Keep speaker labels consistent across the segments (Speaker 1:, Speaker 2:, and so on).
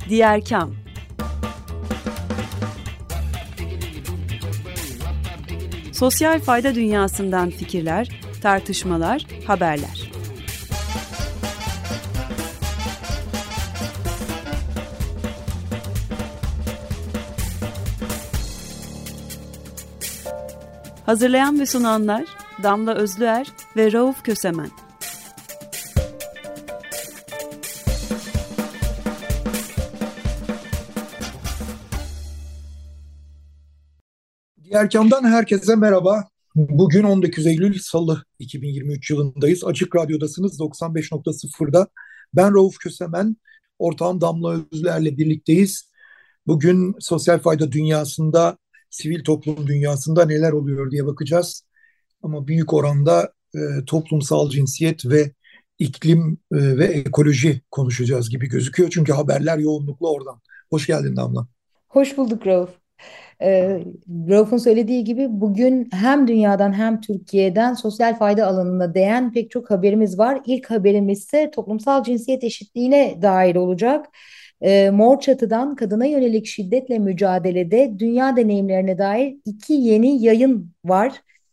Speaker 1: Diğer Kam. Sosyal fayda dünyasından fikirler, tartışmalar, haberler. Hazırlayan ve sunanlar Damla Özlüer ve Rauf Kösemen.
Speaker 2: Diğer Kam'dan herkese merhaba. Bugün 19 Eylül Salı 2023 yılındayız. Açık Radyo'dasınız 95.0'da. Ben Rauf Kösemen, ortağım Damla Özler'le birlikteyiz. Bugün sosyal fayda dünyasında, sivil toplum dünyasında neler oluyor diye bakacağız. Ama büyük oranda toplumsal cinsiyet ve iklim ve ekoloji konuşacağız gibi gözüküyor. Çünkü haberler yoğunlukla oradan. Hoş geldin Damla.
Speaker 3: Hoş bulduk Rauf. Rauf'un söylediği gibi bugün hem dünyadan hem Türkiye'den sosyal fayda alanına değen pek çok haberimiz var. İlk haberimiz ise toplumsal cinsiyet eşitliğine dair olacak. Mor Çatı'dan kadına yönelik şiddetle mücadelede dünya deneyimlerine dair iki yeni yayın var.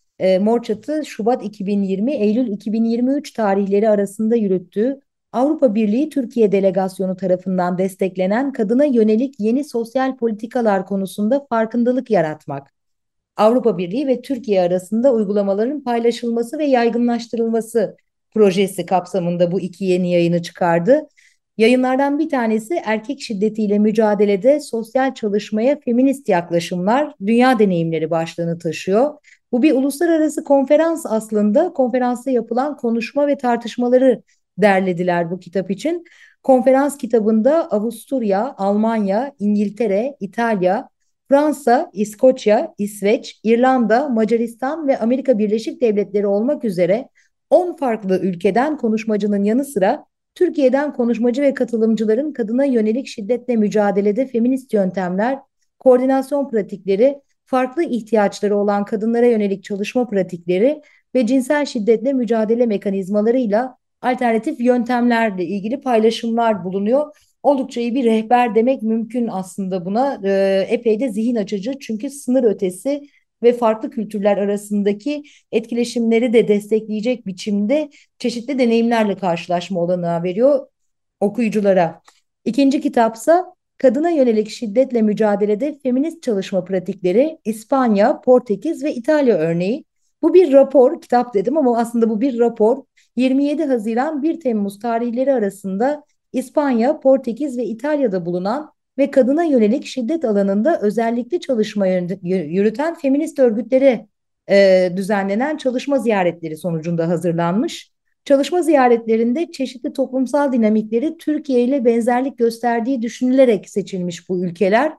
Speaker 3: Mor Çatı, Şubat 2020, Eylül 2023 tarihleri arasında yürüttüğü Avrupa Birliği Türkiye Delegasyonu tarafından desteklenen kadına yönelik yeni sosyal politikalar konusunda farkındalık yaratmak. Avrupa Birliği ve Türkiye arasında uygulamaların paylaşılması ve yaygınlaştırılması projesi kapsamında bu iki yeni yayını çıkardı. Yayınlardan bir tanesi erkek şiddetiyle mücadelede sosyal çalışmaya feminist yaklaşımlar, dünya deneyimleri başlığını taşıyor. Bu bir uluslararası konferans aslında. Konferansta yapılan konuşma ve tartışmaları derlediler bu kitap için. Konferans kitabında Avusturya, Almanya, İngiltere, İtalya, Fransa, İskoçya, İsveç, İrlanda, Macaristan ve Amerika Birleşik Devletleri olmak üzere 10 farklı ülkeden konuşmacının yanı sıra Türkiye'den konuşmacı ve katılımcıların kadına yönelik şiddetle mücadelede feminist yöntemler, koordinasyon pratikleri, farklı ihtiyaçları olan kadınlara yönelik çalışma pratikleri ve cinsel şiddetle mücadele mekanizmalarıyla alternatif yöntemlerle ilgili paylaşımlar bulunuyor. Oldukça iyi bir rehber demek mümkün aslında buna. Epey de zihin açıcı çünkü sınır ötesi ve farklı kültürler arasındaki etkileşimleri de destekleyecek biçimde çeşitli deneyimlerle karşılaşma olanağı veriyor okuyuculara. İkinci kitapsa kadına yönelik şiddetle mücadelede feminist çalışma pratikleri İspanya, Portekiz ve İtalya örneği. Bu bir rapor, kitap dedim ama aslında bu bir rapor. 27 Haziran 1 Temmuz tarihleri arasında İspanya, Portekiz ve İtalya'da bulunan ve kadına yönelik şiddet alanında özellikle çalışma yürüten feminist örgütlere düzenlenen çalışma ziyaretleri sonucunda hazırlanmış. Çalışma ziyaretlerinde çeşitli toplumsal dinamikleri Türkiye ile benzerlik gösterdiği düşünülerek seçilmiş bu ülkeler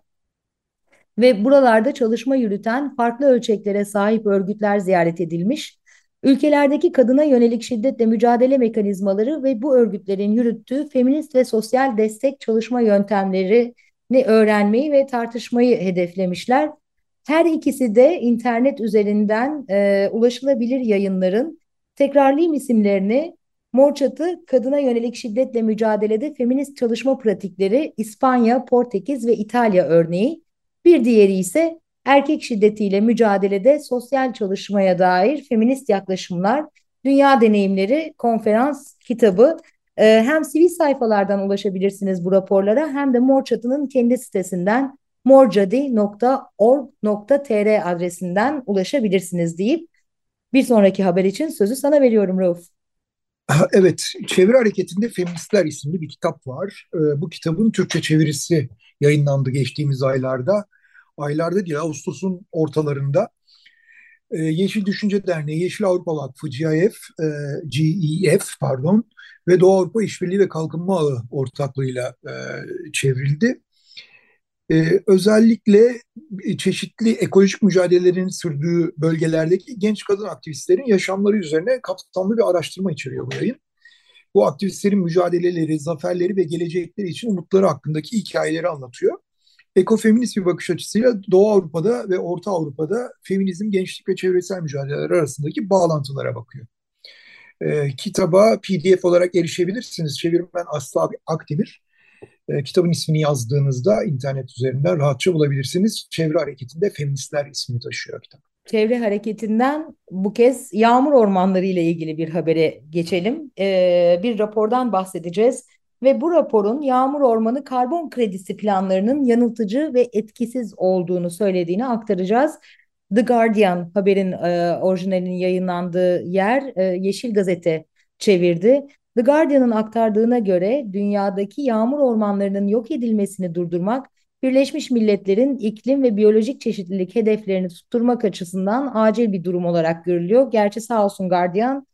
Speaker 3: ve buralarda çalışma yürüten farklı ölçeklere sahip örgütler ziyaret edilmiş. Ülkelerdeki kadına yönelik şiddetle mücadele mekanizmaları ve bu örgütlerin yürüttüğü feminist ve sosyal destek çalışma yöntemlerini öğrenmeyi ve tartışmayı hedeflemişler. Her ikisi de internet üzerinden ulaşılabilir yayınların. Tekrarlayayım isimlerini: Mor Çatı, kadına yönelik şiddetle mücadelede feminist çalışma pratikleri İspanya, Portekiz ve İtalya örneği. Bir diğeri ise erkek şiddetiyle mücadelede sosyal çalışmaya dair feminist yaklaşımlar, dünya deneyimleri konferans kitabı. Hem sivil sayfalardan ulaşabilirsiniz bu raporlara hem de Mor Çatı'nın kendi sitesinden morcadi.org.tr adresinden ulaşabilirsiniz deyip bir sonraki haber için sözü sana veriyorum Rauf.
Speaker 2: Evet, Çevre Hareketi'nde Feministler isimli bir kitap var. Bu kitabın Türkçe çevirisi yayınlandı geçtiğimiz aylarda. Aylarda değil, Ağustos'un ortalarında. Yeşil Düşünce Derneği, Yeşil Avrupa Vakfı, GEF pardon, ve Doğu Avrupa İşbirliği ve Kalkınma Ağı ortaklığıyla çevrildi. Özellikle çeşitli ekolojik mücadelelerin sürdüğü bölgelerdeki genç kadın aktivistlerin yaşamları üzerine kapsamlı bir araştırma içeriyor bu yayın. Bu aktivistlerin mücadeleleri, zaferleri ve gelecekleri için umutları hakkındaki hikayeleri anlatıyor. Ekofeminist bir bakış açısıyla Doğu Avrupa'da ve Orta Avrupa'da feminizm, gençlik ve çevresel mücadeleler arasındaki bağlantılara bakıyor. Kitaba PDF olarak erişebilirsiniz. Çevirmen Aslı Akdemir. Kitabın ismini yazdığınızda internet üzerinden rahatça bulabilirsiniz. Çevre Hareketi'nde Feministler ismini taşıyor kitap.
Speaker 3: Çevre hareketinden bu kez yağmur ormanları ile ilgili bir habere geçelim. Bir rapordan bahsedeceğiz ve bu raporun yağmur ormanı karbon kredisi planlarının yanıltıcı ve etkisiz olduğunu söylediğini aktaracağız. The Guardian haberin orijinalinin yayınlandığı yer Yeşil Gazete çevirdi. The Guardian'ın aktardığına göre dünyadaki yağmur ormanlarının yok edilmesini durdurmak Birleşmiş Milletler'in iklim ve biyolojik çeşitlilik hedeflerini tutturmak açısından acil bir durum olarak görülüyor. Gerçi sağ olsun Guardian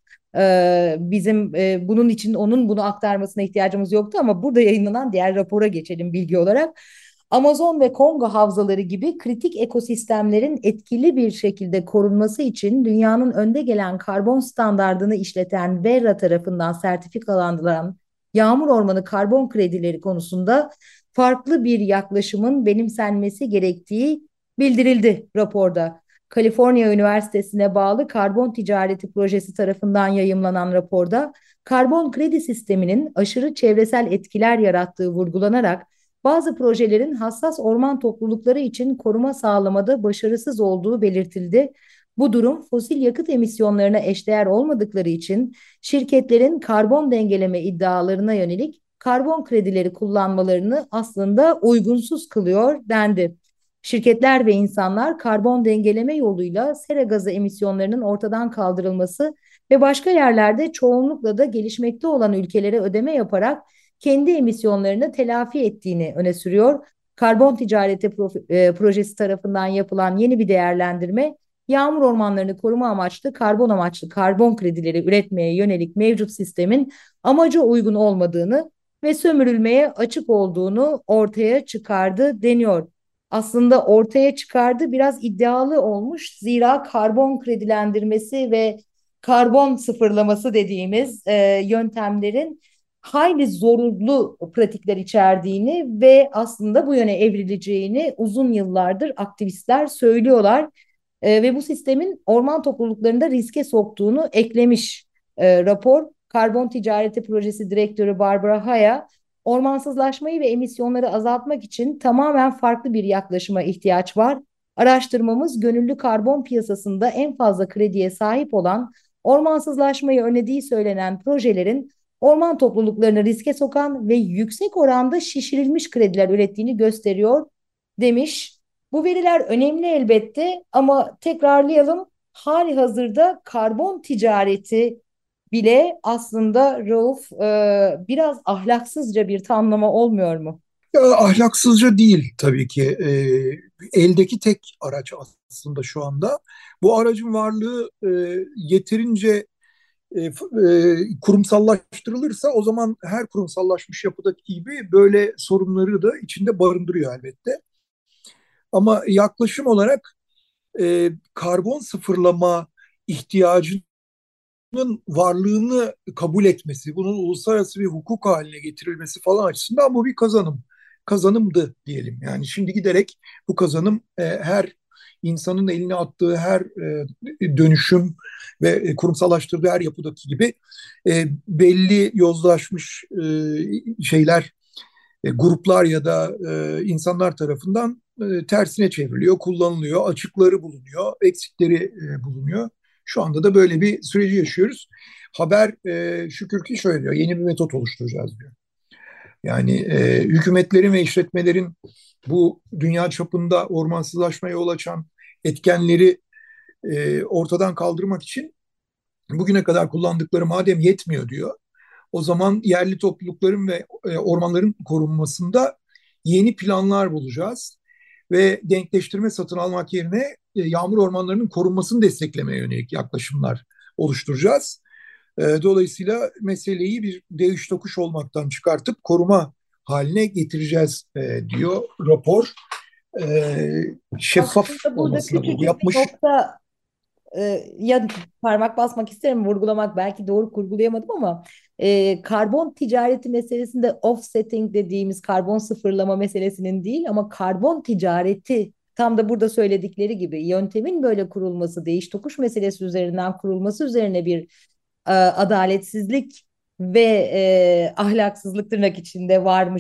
Speaker 3: bizim bunun için onun bunu aktarmasına ihtiyacımız yoktu ama burada yayınlanan diğer rapora geçelim bilgi olarak. Amazon ve Kongo havzaları gibi kritik ekosistemlerin etkili bir şekilde korunması için dünyanın önde gelen karbon standardını işleten Verra tarafından sertifikalandırılan yağmur ormanı karbon kredileri konusunda farklı bir yaklaşımın benimsenmesi gerektiği bildirildi raporda. Kaliforniya Üniversitesi'ne bağlı Karbon Ticareti Projesi tarafından yayımlanan raporda karbon kredi sisteminin aşırı çevresel etkiler yarattığı vurgulanarak bazı projelerin hassas orman toplulukları için koruma sağlamada başarısız olduğu belirtildi. Bu durum fosil yakıt emisyonlarına eşdeğer olmadıkları için şirketlerin karbon dengeleme iddialarına yönelik karbon kredileri kullanmalarını aslında uygunsuz kılıyor dendi. Şirketler ve insanlar karbon dengeleme yoluyla sera gazı emisyonlarının ortadan kaldırılması ve başka yerlerde çoğunlukla da gelişmekte olan ülkelere ödeme yaparak kendi emisyonlarını telafi ettiğini öne sürüyor. Karbon Ticareti Projesi tarafından yapılan yeni bir değerlendirme, yağmur ormanlarını koruma amaçlı karbon kredileri üretmeye yönelik mevcut sistemin amaca uygun olmadığını ve sömürülmeye açık olduğunu ortaya çıkardı deniyor. Aslında ortaya çıkardı biraz iddialı olmuş. Zira karbon kredilendirmesi ve karbon sıfırlaması dediğimiz yöntemlerin hayli zorunlu pratikler içerdiğini ve aslında bu yöne evrileceğini uzun yıllardır aktivistler söylüyorlar. Ve bu sistemin orman topluluklarında riske soktuğunu eklemiş rapor. Karbon Ticareti Projesi Direktörü Barbara Haya, ormansızlaşmayı ve emisyonları azaltmak için tamamen farklı bir yaklaşıma ihtiyaç var. Araştırmamız gönüllü karbon piyasasında en fazla krediye sahip olan ormansızlaşmayı önlediği söylenen projelerin orman topluluklarını riske sokan ve yüksek oranda şişirilmiş krediler ürettiğini gösteriyor demiş. Bu veriler önemli elbette ama tekrarlayalım. Hali hazırda karbon ticareti bile aslında Rauf biraz ahlaksızca bir tanımlama olmuyor mu?
Speaker 2: Ya, ahlaksızca değil tabii ki. Eldeki tek araç aslında şu anda. Bu aracın varlığı yeterince kurumsallaştırılırsa o zaman her kurumsallaşmış yapıdaki gibi böyle sorunları da içinde barındırıyor elbette. Ama yaklaşım olarak karbon sıfırlama ihtiyacının varlığını kabul etmesi, bunun uluslararası bir hukuk haline getirilmesi falan açısından bu bir kazanım. Kazanımdı diyelim. Yani şimdi giderek bu kazanım her insanın eline attığı her dönüşüm ve kurumsallaştırdığı her yapıdaki gibi belli yozlaşmış şeyler, gruplar ya da insanlar tarafından tersine çevriliyor, kullanılıyor, açıkları bulunuyor, eksikleri bulunuyor. Şu anda da böyle bir süreci yaşıyoruz. Haber şükür ki şöyle diyor, yeni bir metot oluşturacağız diyor. Yani hükümetlerin ve işletmelerin bu dünya çapında ormansızlaşmaya yol açan etkenleri ortadan kaldırmak için bugüne kadar kullandıkları madem yetmiyor diyor. O zaman yerli toplulukların ve ormanların korunmasında yeni planlar bulacağız ve denkleştirme satın almak yerine yağmur ormanlarının korunmasını desteklemeye yönelik yaklaşımlar oluşturacağız. Dolayısıyla meseleyi bir değiş tokuş olmaktan çıkartıp koruma haline getireceğiz diyor rapor. Şeffaf
Speaker 3: Aslında burada
Speaker 2: olmasına vurgu
Speaker 3: küçücük bir
Speaker 2: yapmış.
Speaker 3: nokta ya parmak basmak isterim, vurgulamak belki doğru kurgulayamadım ama karbon ticareti meselesinde offsetting dediğimiz karbon sıfırlama meselesinin değil ama karbon ticareti tam da burada söyledikleri gibi yöntemin böyle kurulması, değiş tokuş meselesi üzerinden kurulması üzerine bir adaletsizlik ve ahlaksızlık tırnak içinde varmış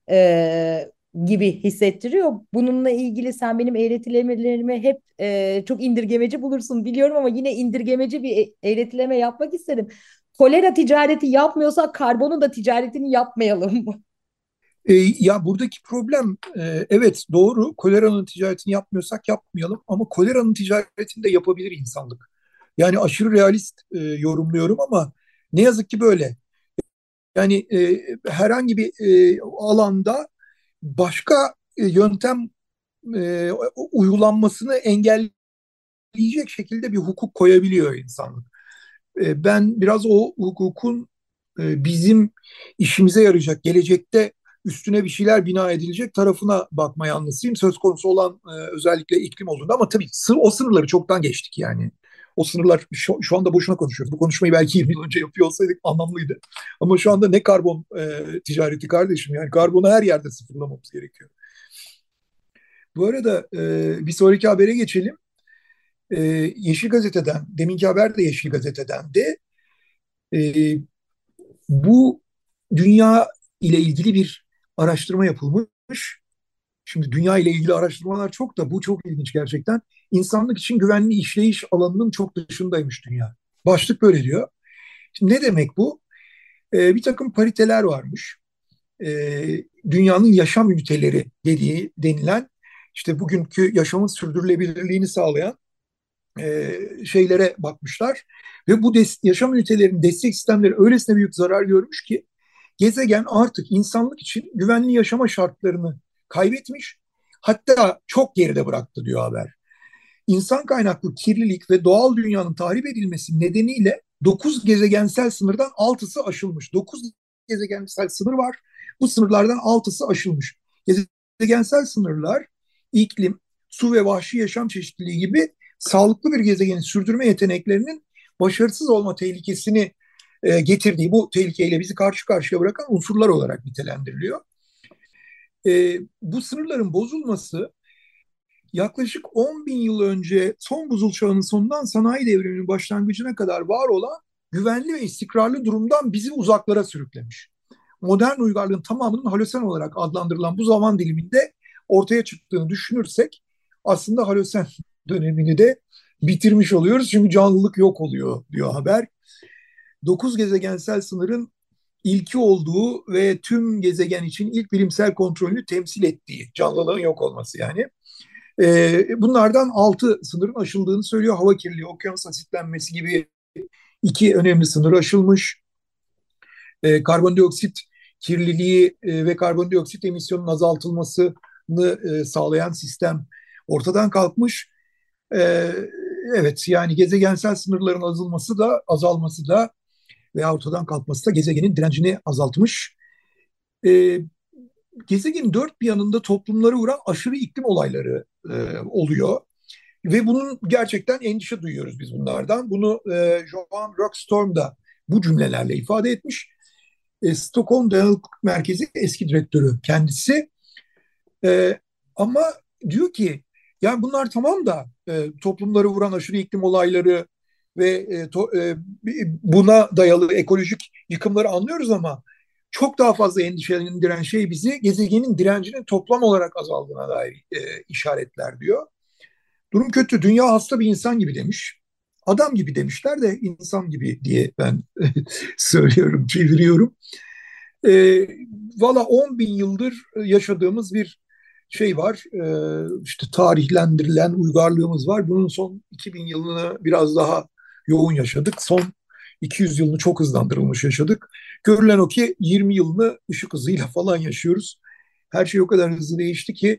Speaker 3: gibi hissettiriyor. Bununla ilgili sen benim eğretilemelerimi hep çok indirgemeci bulursun biliyorum ama yine indirgemeci bir eğretileme yapmak istedim. Kolera ticareti yapmıyorsak karbonun da ticaretini yapmayalım mı?
Speaker 2: Ya buradaki problem evet doğru, koleranın ticaretini yapmıyorsak yapmayalım ama koleranın ticaretini de yapabilir insanlık. Yani aşırı realist yorumluyorum ama ne yazık ki böyle. Yani herhangi bir alanda başka yöntem uygulanmasını engelleyecek şekilde bir hukuk koyabiliyor insanlık. Ben biraz o hukukun bizim işimize yarayacak, gelecekte üstüne bir şeyler bina edilecek tarafına bakma yanlısıyım. Söz konusu olan özellikle iklim olduğunda ama tabii o sınırları çoktan geçtik yani. O sınırlar şu anda boşuna konuşuyoruz. Bu konuşmayı belki 20 yıl önce yapıyor olsaydık anlamlıydı. Ama şu anda ne karbon ticareti kardeşim, yani karbonu her yerde sıfırlamamız gerekiyor. Bu arada bir sonraki habere geçelim. Yeşil Gazete'den, deminki haber de Yeşil Gazete'den de e, bu dünya ile ilgili bir araştırma yapılmış. Şimdi dünya ile ilgili araştırmalar çok da bu çok ilginç gerçekten. İnsanlık için güvenli işleyiş alanının çok dışındaymış dünya. Başlık böyle diyor. Şimdi ne demek bu? Bir takım pariteler varmış. Dünyanın yaşam üniteleri denilen işte bugünkü yaşamın sürdürülebilirliğini sağlayan şeylere bakmışlar. Ve bu yaşam ünitelerinin destek sistemleri öylesine büyük zarar görmüş ki gezegen artık insanlık için güvenli yaşama şartlarını kaybetmiş. Hatta çok geride bıraktı diyor haber. İnsan kaynaklı kirlilik ve doğal dünyanın tahrip edilmesi nedeniyle 9 gezegensel sınırdan 6'sı aşılmış. 9 gezegensel sınır var. Bu sınırlardan 6'sı aşılmış. Gezegensel sınırlar iklim, su ve vahşi yaşam çeşitliliği gibi sağlıklı bir gezegeni sürdürme yeteneklerinin başarısız olma tehlikesini getirdiği, bu tehlikeyle bizi karşı karşıya bırakan unsurlar olarak nitelendiriliyor. Bu sınırların bozulması yaklaşık 10 bin yıl önce son buzul çağının sonundan sanayi devriminin başlangıcına kadar var olan güvenli ve istikrarlı durumdan bizi uzaklara sürüklemiş. Modern uygarlığın tamamının Halosen olarak adlandırılan bu zaman diliminde ortaya çıktığını düşünürsek aslında Halosen dönemini de bitirmiş oluyoruz. Çünkü canlılık yok oluyor diyor haber. 9 gezegensel sınırın ilki olduğu ve tüm gezegen için ilk bilimsel kontrolünü temsil ettiği canlılığın yok olması yani. Bunlardan 6 sınırın aşıldığını söylüyor. Hava kirliliği, okyanus asitlenmesi gibi 2 önemli sınır aşılmış. Karbondioksit kirliliği ve karbondioksit emisyonunun azaltılmasını sağlayan sistem ortadan kalkmış. Evet, yani gezegensel sınırların azalması da veya ortadan kalkması da gezegenin direncini azaltmış. E, Gezegenin dört bir yanında toplumlara uğran aşırı iklim olayları oluyor. Ve bunun gerçekten endişe duyuyoruz biz bunlardan. Bunu Johan Rockström da bu cümlelerle ifade etmiş. Stockholm Dayanıklık Merkezi eski direktörü kendisi. Ama diyor ki yani bunlar tamam da toplumları vuran aşırı iklim olayları ve buna dayalı ekolojik yıkımları anlıyoruz ama çok daha fazla endişelendiren şey bizi gezegenin direncinin toplam olarak azaldığına dair işaretler diyor. Durum kötü. Dünya hasta bir insan gibi demiş. Adam gibi demişler de insan gibi diye ben söylüyorum, çeviriyorum. E, Valla 10 bin yıldır yaşadığımız bir şey var. İşte tarihlendirilen uygarlığımız var. Bunun son 2000 yılını biraz daha yoğun yaşadık. Son 200 yılını çok hızlandırılmış yaşadık. Görülen o ki 20 yılını ışık hızıyla falan yaşıyoruz. Her şey o kadar hızlı değişti ki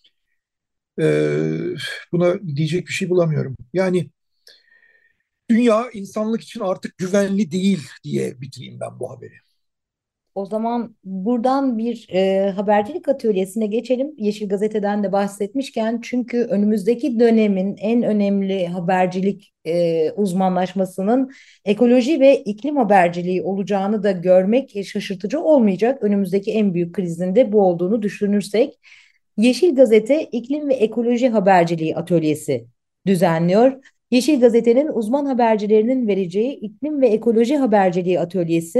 Speaker 2: e, buna diyecek bir şey bulamıyorum. Yani dünya insanlık için artık güvenli değil diye bitireyim ben bu haberi.
Speaker 3: O zaman buradan bir habercilik atölyesine geçelim. Yeşil Gazete'den de bahsetmişken çünkü önümüzdeki dönemin en önemli habercilik uzmanlaşmasının ekoloji ve iklim haberciliği olacağını da görmek şaşırtıcı olmayacak. Önümüzdeki en büyük krizin de bu olduğunu düşünürsek. Yeşil Gazete İklim ve Ekoloji Haberciliği Atölyesi düzenliyor. Yeşil Gazete'nin uzman habercilerinin vereceği iklim ve ekoloji haberciliği atölyesi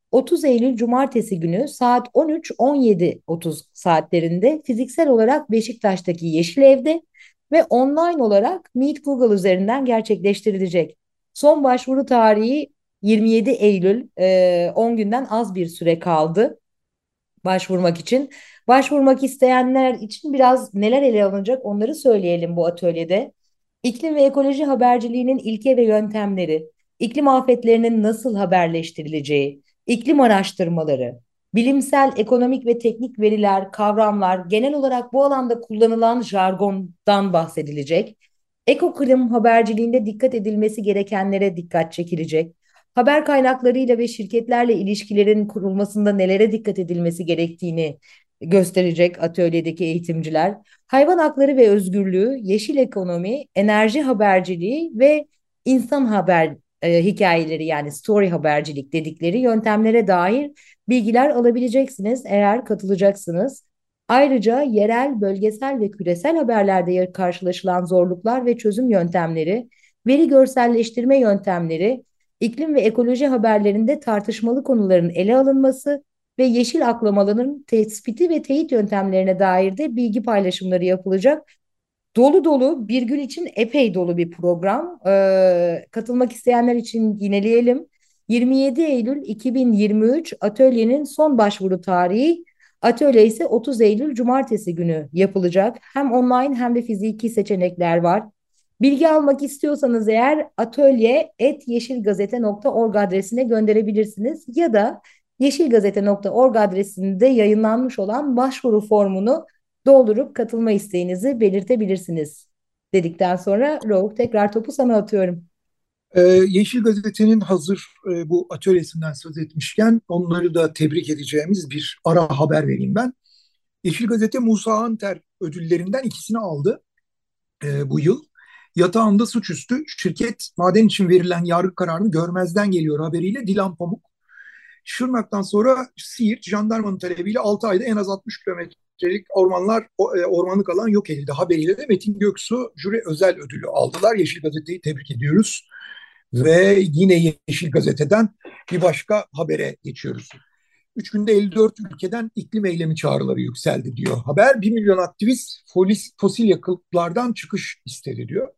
Speaker 3: 30 Eylül Cumartesi günü saat 13-17:30 saatlerinde fiziksel olarak Beşiktaş'taki Yeşil Ev'de ve online olarak Meet Google üzerinden gerçekleştirilecek. Son başvuru tarihi 27 Eylül, 10 günden az bir süre kaldı başvurmak için. Başvurmak isteyenler için biraz neler ele alınacak onları söyleyelim bu atölyede. İklim ve ekoloji haberciliğinin ilke ve yöntemleri, iklim afetlerinin nasıl haberleştirileceği, iklim araştırmaları, bilimsel, ekonomik ve teknik veriler, kavramlar, genel olarak bu alanda kullanılan jargondan bahsedilecek. Ekoklim haberciliğinde dikkat edilmesi gerekenlere dikkat çekilecek. Haber kaynaklarıyla ve şirketlerle ilişkilerin kurulmasında nelere dikkat edilmesi gerektiğini gösterecek atölyedeki eğitimciler. Hayvan hakları ve özgürlüğü, yeşil ekonomi, enerji haberciliği ve insan hikayeleri yani story habercilik dedikleri yöntemlere dair bilgiler alabileceksiniz eğer katılacaksınız. Ayrıca yerel, bölgesel ve küresel haberlerde karşılaşılan zorluklar ve çözüm yöntemleri, veri görselleştirme yöntemleri, iklim ve ekoloji haberlerinde tartışmalı konuların ele alınması ve yeşil aklamaların tespiti ve teyit yöntemlerine dair de bilgi paylaşımları yapılacak. Dolu dolu, bir gün için epey dolu bir program. Katılmak isteyenler için yineleyelim. 27 Eylül 2023 atölyenin son başvuru tarihi. Atölye ise 30 Eylül Cumartesi günü yapılacak. Hem online hem de fiziki seçenekler var. Bilgi almak istiyorsanız eğer atölye@yeşilgazete.org adresine gönderebilirsiniz ya da yeşilgazete.org adresinde yayınlanmış olan başvuru formunu doldurup katılma isteğinizi belirtebilirsiniz dedikten sonra Rauf tekrar topu sana atıyorum.
Speaker 2: Yeşil Gazete'nin hazır bu atölyesinden söz etmişken onları da tebrik edeceğimiz bir ara haber vereyim ben. Yeşil Gazete Musa Anter ödüllerinden ikisini aldı bu yıl. Yatağında suçüstü şirket maden için verilen yargı kararını görmezden geliyor haberiyle Dilan Pamuk. Şırnak'tan sonra Siirt jandarmanın talebiyle 6 ayda en az 60 kilometrelik ormanlık alan yok edildi haberiyle de Metin Göksu jüri özel ödülü aldılar. Yeşil Gazete'yi tebrik ediyoruz. Ve yine Yeşil Gazete'den bir başka habere geçiyoruz. 3 günde 54 ülkeden iklim eylemi çağrıları yükseldi diyor haber. 1 milyon aktivist fosil yakıtlardan çıkış istedi diyor.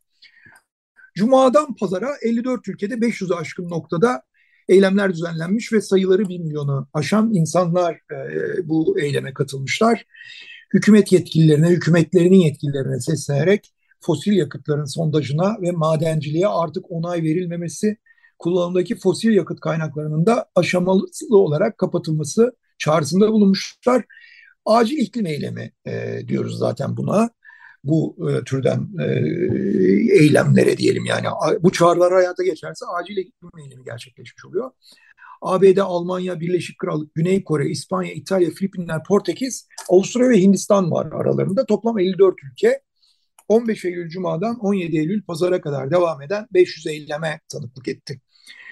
Speaker 2: Cuma'dan pazara 54 ülkede 500'ü aşkın noktada eylemler düzenlenmiş ve sayıları 1 milyonu aşan insanlar bu eyleme katılmışlar. Hükümet yetkililerine, hükümetlerinin yetkililerine seslenerek fosil yakıtların sondajına ve madenciliğe artık onay verilmemesi, kullanımdaki fosil yakıt kaynaklarının da aşamalı olarak kapatılması çağrısında bulunmuşlar. Acil iklim eylemi diyoruz zaten buna. Bu türden eylemlere diyelim yani. Bu çağrılar hayata geçerse acil iklim eylemi gerçekleşmiş oluyor. ABD, Almanya, Birleşik Krallık, Güney Kore, İspanya, İtalya, Filipinler, Portekiz, Avusturya ve Hindistan var aralarında. Toplam 54 ülke. 15 Eylül Cuma'dan 17 Eylül Pazar'a kadar devam eden 500 eyleme tanıklık etti.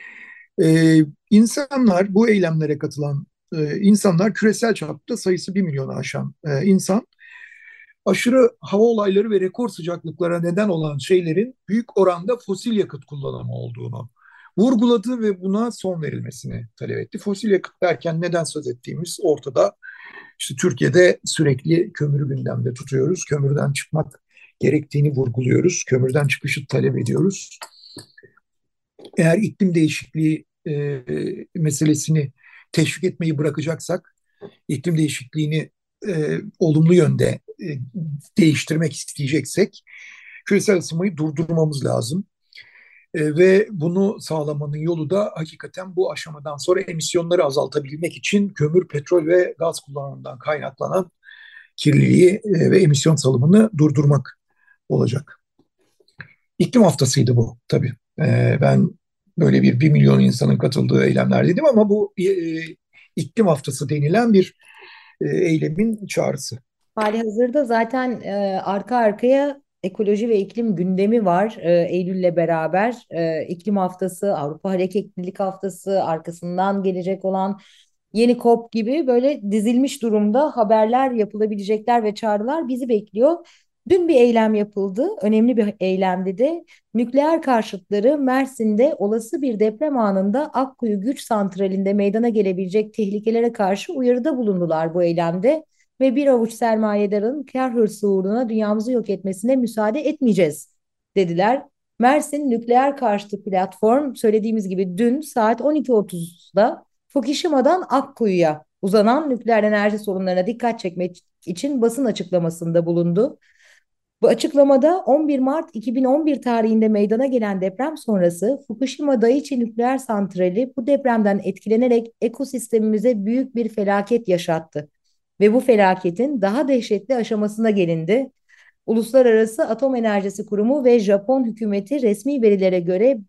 Speaker 2: İnsanlar, bu eylemlere katılan insanlar küresel çapta sayısı 1 milyonu aşan insan. Aşırı hava olayları ve rekor sıcaklıklara neden olan şeylerin büyük oranda fosil yakıt kullanımı olduğunu vurguladı ve buna son verilmesini talep etti. Fosil yakıt derken neden söz ettiğimiz ortada. İşte Türkiye'de sürekli kömürü gündemde tutuyoruz. Kömürden çıkmak gerektiğini vurguluyoruz. Kömürden çıkışı talep ediyoruz. Eğer iklim değişikliği meselesini teşvik etmeyi bırakacaksak, iklim değişikliğini olumlu yönde değiştirmek isteyeceksek küresel ısınmayı durdurmamız lazım. Ve bunu sağlamanın yolu da hakikaten bu aşamadan sonra emisyonları azaltabilmek için kömür, petrol ve gaz kullanımından kaynaklanan kirliliği ve emisyon salımını durdurmak olacak. İklim haftasıydı bu tabii. Ben böyle bir milyon insanın katıldığı eylemler dedim ama bu iklim haftası denilen bir eylemin çağrısı.
Speaker 3: Halihazırda zaten arka arkaya ekoloji ve iklim gündemi var. Eylül'le beraber iklim haftası, Avrupa Hareketlilik Haftası, arkasından gelecek olan yeni COP gibi böyle dizilmiş durumda haberler, yapılabilecekler ve çağrılar bizi bekliyor. Dün bir eylem yapıldı. Önemli bir eylemdi de nükleer karşıtları Mersin'de olası bir deprem anında Akkuyu Güç Santrali'nde meydana gelebilecek tehlikelere karşı uyarıda bulundular bu eylemde ve bir avuç sermayedarın kar hırsı uğruna dünyamızı yok etmesine müsaade etmeyeceğiz dediler. Mersin Nükleer Karşıtı Platform söylediğimiz gibi dün saat 12.30'da Fukushima'dan Akkuyu'ya uzanan nükleer enerji sorunlarına dikkat çekmek için basın açıklamasında bulundu. Bu açıklamada 11 Mart 2011 tarihinde meydana gelen deprem sonrası Fukushima Daiichi Nükleer Santrali bu depremden etkilenerek ekosistemimize büyük bir felaket yaşattı. Ve bu felaketin daha dehşetli aşamasına gelindi. Uluslararası Atom Enerjisi Kurumu ve Japon hükümeti resmi verilere göre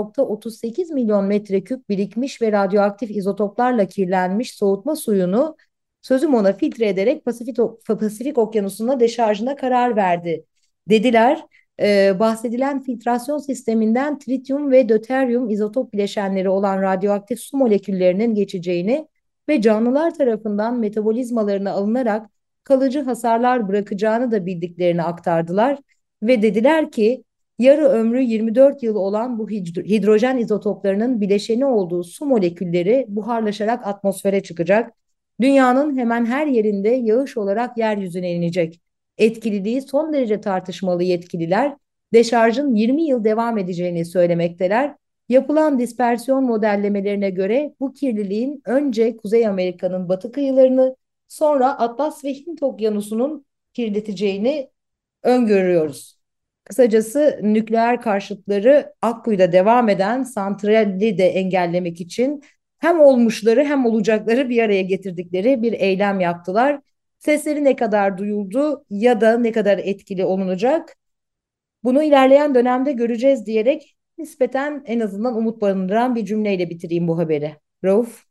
Speaker 3: 1,38 milyon metreküp birikmiş ve radyoaktif izotoplarla kirlenmiş soğutma suyunu sözüm ona filtre ederek Pasifik Okyanusu'na deşarjına karar verdi dediler. Bahsedilen filtrasyon sisteminden trityum ve döteryum izotop bileşenleri olan radyoaktif su moleküllerinin geçeceğini ve canlılar tarafından metabolizmalarına alınarak kalıcı hasarlar bırakacağını da bildiklerini aktardılar ve dediler ki yarı ömrü 24 yıl olan bu hidrojen izotoplarının bileşeni olduğu su molekülleri buharlaşarak atmosfere çıkacak. Dünyanın hemen her yerinde yağış olarak yeryüzüne inecek. Etkililiği son derece tartışmalı yetkililer deşarjın 20 yıl devam edeceğini söylemekteler. Yapılan dispersiyon modellemelerine göre bu kirliliğin önce Kuzey Amerika'nın batı kıyılarını sonra Atlas ve Hint Okyanusu'nun kirleteceğini öngörüyoruz. Kısacası nükleer karşıtları Akkuyu'da devam eden santrali de engellemek için hem olmuşları hem olacakları bir araya getirdikleri bir eylem yaptılar. Sesleri ne kadar duyuldu ya da ne kadar etkili olunacak bunu ilerleyen dönemde göreceğiz diyerek nispeten en azından umut barındıran bir cümleyle bitireyim bu haberi. Rauf?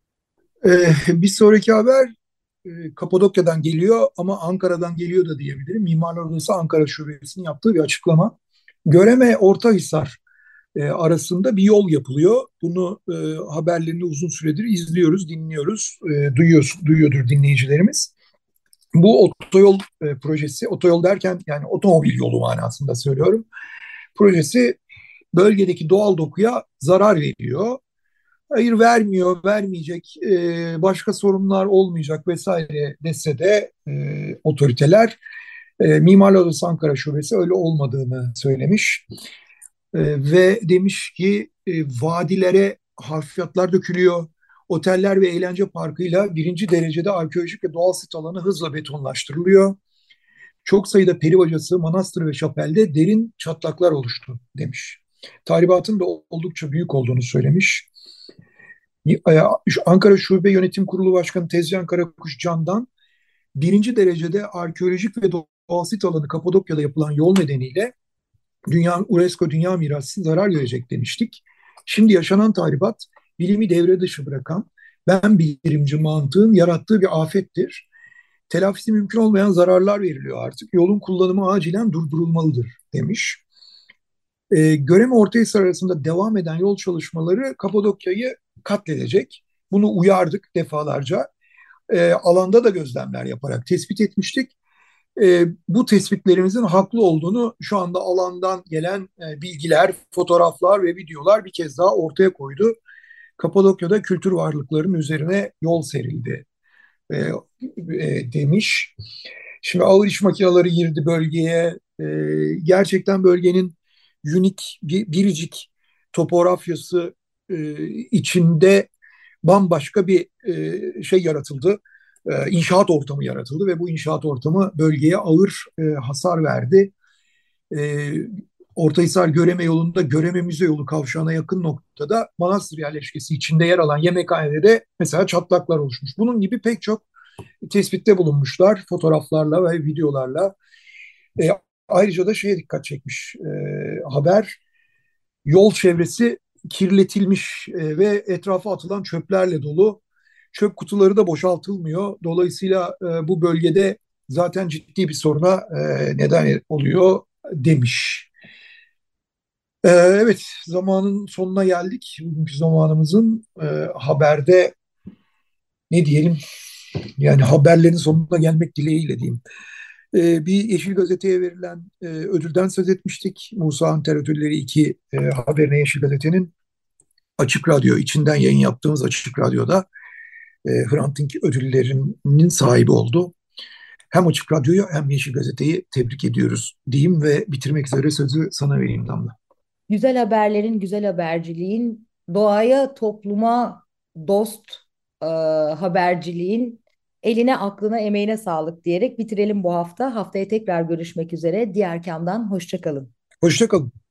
Speaker 2: Bir sonraki haber Kapadokya'dan geliyor ama Ankara'dan geliyor da diyebilirim. Mimarlar Odası Ankara Şubesi'nin yaptığı bir açıklama. Göreme Ortahisar arasında bir yol yapılıyor. Bunu haberlerini uzun süredir izliyoruz, dinliyoruz, duyuyordur dinleyicilerimiz. Bu otoyol projesi, otoyol derken yani otomobil yolu manasında söylüyorum. Projesi bölgedeki doğal dokuya zarar veriyor. Hayır vermiyor, vermeyecek, başka sorunlar olmayacak vesaire dese de otoriteler Mimarlar Odası Ankara Şubesi öyle olmadığını söylemiş. Ve demiş ki vadilere harfiyatlar dökülüyor. Oteller ve eğlence parkıyla birinci derecede arkeolojik ve doğal sit alanı hızla betonlaştırılıyor. Çok sayıda peri bacası, manastır ve şapelde derin çatlaklar oluştu demiş. Tahribatın da oldukça büyük olduğunu söylemiş. Ankara Şube Yönetim Kurulu Başkanı Tezcan Karakuş Can'dan birinci derecede arkeolojik ve doğal sit alanı Kapadokya'da yapılan yol nedeniyle UNESCO Dünya Mirası'na zarar görecek demiştik. Şimdi yaşanan tahribat bilimi devre dışı bırakan ben bilimci mantığın yarattığı bir afettir. Telafisi mümkün olmayan zararlar veriliyor artık. Yolun kullanımı acilen durdurulmalıdır demiş. Göreme Ortahisar arasında devam eden yol çalışmaları Kapadokya'yı katledecek. Bunu uyardık defalarca. Alanda da gözlemler yaparak tespit etmiştik. Bu tespitlerimizin haklı olduğunu şu anda alandan gelen bilgiler, fotoğraflar ve videolar bir kez daha ortaya koydu. Kapadokya'da kültür varlıklarının üzerine yol serildi demiş. Şimdi ağır iş makineleri girdi bölgeye. Gerçekten bölgenin unik, biricik topografyası içinde bambaşka bir şey yaratıldı. İnşaat ortamı yaratıldı ve bu inşaat ortamı bölgeye ağır hasar verdi. E, Ortahisar Göreme yolunda Göreme Müze yolu kavşağına yakın noktada Manastır yerleşkesi içinde yer alan yemekhanede de mesela çatlaklar oluşmuş. Bunun gibi pek çok tespitte bulunmuşlar fotoğraflarla ve videolarla. E, Ayrıca da şeye dikkat çekmiş haber. Yol çevresi kirletilmiş ve etrafa atılan çöplerle dolu. Çöp kutuları da boşaltılmıyor. Dolayısıyla bu bölgede zaten ciddi bir soruna neden oluyor demiş. Evet, zamanın sonuna geldik. Bugünkü zamanımızın haberde ne diyelim? Yani haberlerin sonuna gelmek dileğiyle diyeyim. Bir Yeşil Gazete'ye verilen ödülden söz etmiştik. Musa Anter Ödülleri 2 haberine Yeşil Gazete'nin Açık Radyo içinden yayın yaptığımız Açık Radyo'da Hrant Dink ödüllerinin sahibi oldu. Hem Açık Radyo'yu hem Yeşil Gazete'yi tebrik ediyoruz diyeyim ve bitirmek üzere sözü sana vereyim Damla.
Speaker 3: Güzel haberlerin, güzel haberciliğin, doğaya, topluma dost haberciliğin eline, aklına, emeğine sağlık diyerek bitirelim bu hafta. Haftaya tekrar görüşmek üzere. Diğer kamdan hoşça kalın.
Speaker 2: Hoşça kalın.